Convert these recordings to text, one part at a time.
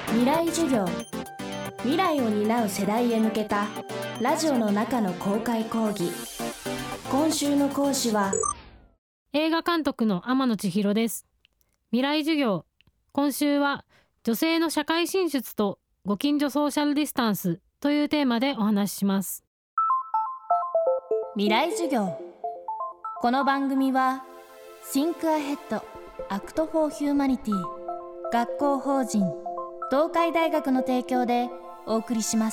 未来授業、未来を担う世代へ向けたラジオの中の公開講義。今週の講師は映画監督の天野千尋です。未来授業、今週は女性の社会進出とご近所ソーシャルディスタンスというテーマでお話しします。 未来授業。この番組は Think Ahead Act for Humanity 学校法人東海大学の提供でお送りします。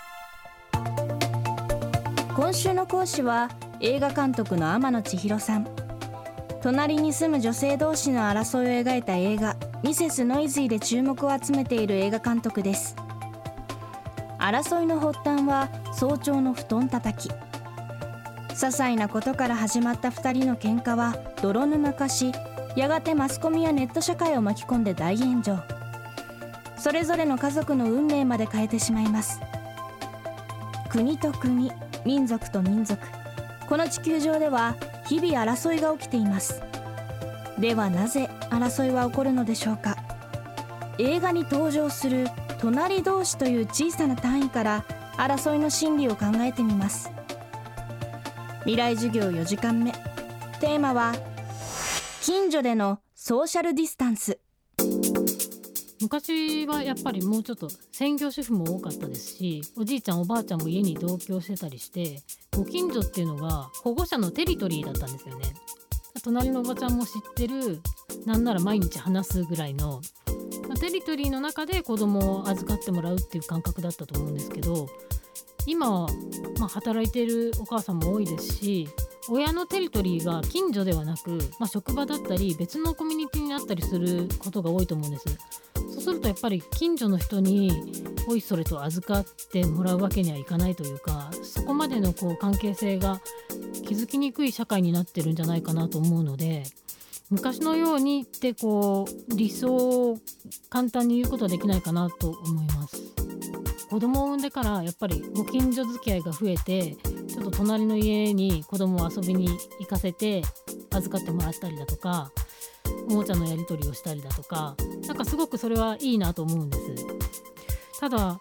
今週の講師は映画監督の天野千尋さん。隣に住む女性同士の争いを描いた映画ミセスノイズィで注目を集めている映画監督です。争いの発端は早朝の布団叩き。些細なことから始まった2人の喧嘩は泥沼化し、やがてマスコミやネット社会を巻き込んで大炎上。それぞれの家族の運命まで変えてしまいます。国と国、民族と民族、この地球上では日々争いが起きています。ではなぜ争いは起こるのでしょうか。映画に登場する隣同士という小さな単位から争いの心理を考えてみます。未来授業4時間目、テーマは近所でのソーシャルディスタンス。 昔はやっぱりもうちょっと専業主婦も多かったですし、おじいちゃんおばあちゃんも家に同居してたりして、ご近所っていうのが保護者のテリトリーだったんですよね。隣のおばちゃんも知ってる、なんなら毎日話すぐらいのテリトリーの中で子供を預かってもらうっていう感覚だったと思うんですけど、今は働いてるお母さんも多いですし、親のテリトリーが近所ではなく、職場だったり別のコミュニティになったりすることが多いと思うんです。そうするとやっぱり近所の人においそれと預かってもらうわけにはいかないというか、そこまでの関係性が築きにくい社会になってるんじゃないかなと思うので、昔のようにって理想を簡単に言うことはできないかなと思います。子供を産んでからやっぱりご近所付き合いが増えて、ちょっと隣の家に子供を遊びに行かせて預かってもらったりだとか、おもちゃのやり取りをしたりだとか、なんかすごくそれはいいなと思うんです。ただ、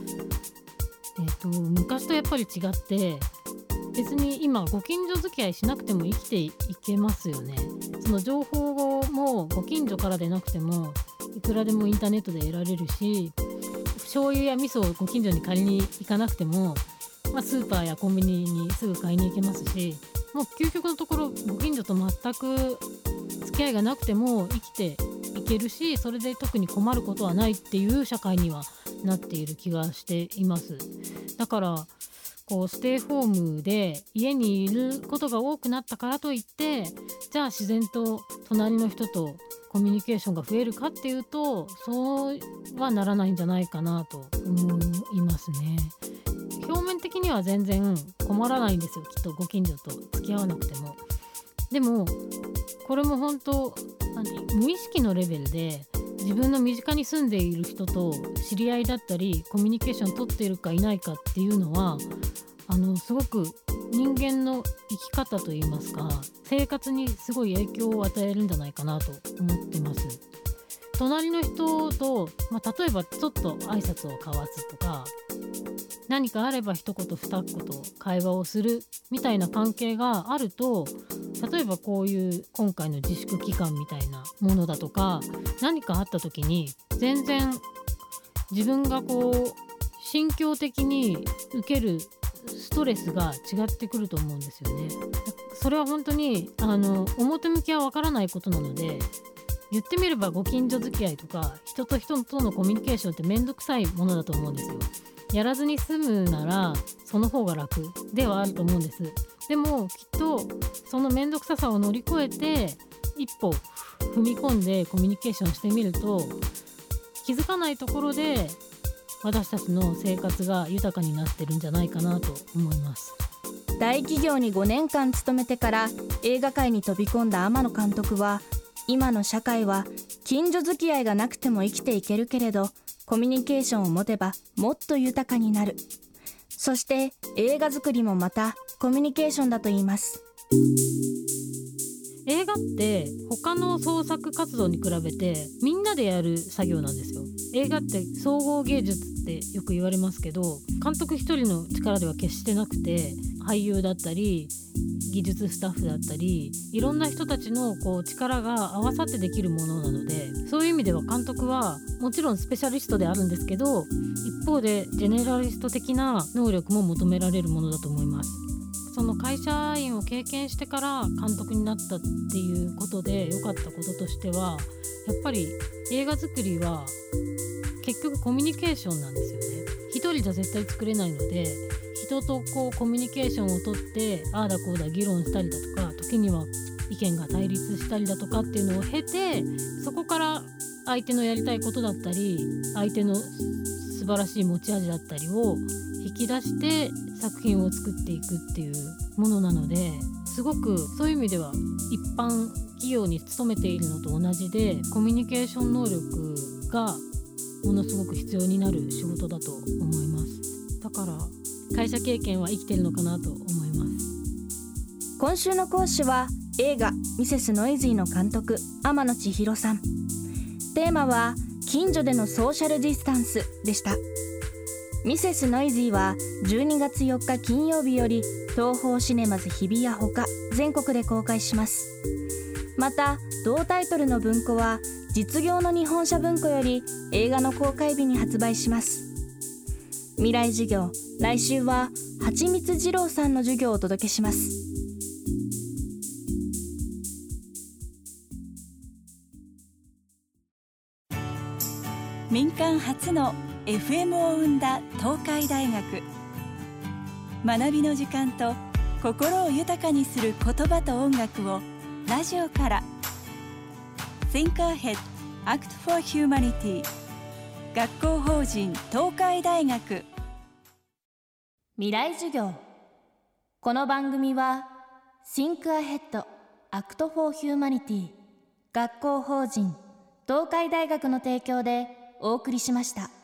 昔とやっぱり違って、別に今ご近所付き合いしなくても生きていけますよね。その情報もご近所からでなくてもいくらでもインターネットで得られるし、醤油や味噌をご近所に借りに行かなくても、スーパーやコンビニにすぐ買いに行けますし、もう究極のところご近所と全く付き合いがなくても生きていけるし、それで特に困ることはないっていう社会にはなっている気がしています。だからステイホームで家にいることが多くなったからといって、じゃあ自然と隣の人とコミュニケーションが増えるかっていうと、そうはならないんじゃないかなと思いますね。表面的には全然困らないんですよ、きっとご近所と付き合わなくても。でもこれも本当無意識のレベルで、自分の身近に住んでいる人と知り合いだったりコミュニケーション取っているかいないかっていうのはすごく人間の生き方といいますか、生活にすごい影響を与えるんじゃないかなと思ってます。隣の人と、例えばちょっと挨拶を交わすとか、何かあれば一言二言会話をするみたいな関係があると、例えばこういう今回の自粛期間みたいなものだとか、何かあった時に全然自分が心境的に受けるストレスが違ってくると思うんですよね。それは本当に表向きはわからないことなので、言ってみればご近所付き合いとか人と人とのコミュニケーションってめんどくさいものだと思うんですよ。やらずに済むならその方が楽ではあると思うんです。でもきっとそのめんどくささを乗り越えて一歩踏み込んでコミュニケーションしてみると、気づかないところで私たちの生活が豊かになってるんじゃないかなと思います。 大企業に5年間勤めてから映画界に飛び込んだ天野監督は、今の社会は近所付き合いがなくても生きていけるけれど、コミュニケーションを持てばもっと豊かになる。そして映画作りもまたコミュニケーションだと言います。 映画って他の創作活動に比べてみんなでやる作業なんですよ。映画って総合芸術ってよく言われますけど、監督一人の力では決してなくて、俳優だったり技術スタッフだったり、いろんな人たちの力が合わさってできるものなので、そういう意味では監督はもちろんスペシャリストであるんですけど、一方でジェネラリスト的な能力も求められるものだと思います。その会社員を経験してから監督になったっていうことで良かったこととしては、やっぱり映画作りは結局コミュニケーションなんですよね。一人じゃ絶対作れないので、人とコミュニケーションをとってああだこうだ議論したりだとか、時には意見が対立したりだとかっていうのを経て、そこから相手のやりたいことだったり、相手の素晴らしい持ち味だったりを引き出して作品を作っていくっていうものなので、すごくそういう意味では一般企業に勤めているのと同じで、コミュニケーション能力がものすごく必要になる仕事だと思います。だから会社経験は生きてるのかなと思います。 今週の講師は映画ミセスノイズィの監督天野千尋さん。テーマは近所でのソーシャルディスタンスでした。ミセスノイズィは12月4日金曜日より東宝シネマズ日比谷ほか全国で公開します。また同タイトルの文庫は実業の日本社文庫より映画の公開日に発売します。未来授業、来週ははちみつ二郎さんの授業をお届けします。 民間初の FM を生んだ東海大学。学びの時間と心を豊かにする言葉と音楽をラジオから。 Think Ahead Act for Humanity 学校法人東海大学。 未来授業。この番組は Think Ahead Act for Humanity 学校法人東海大学の提供でお送りしました。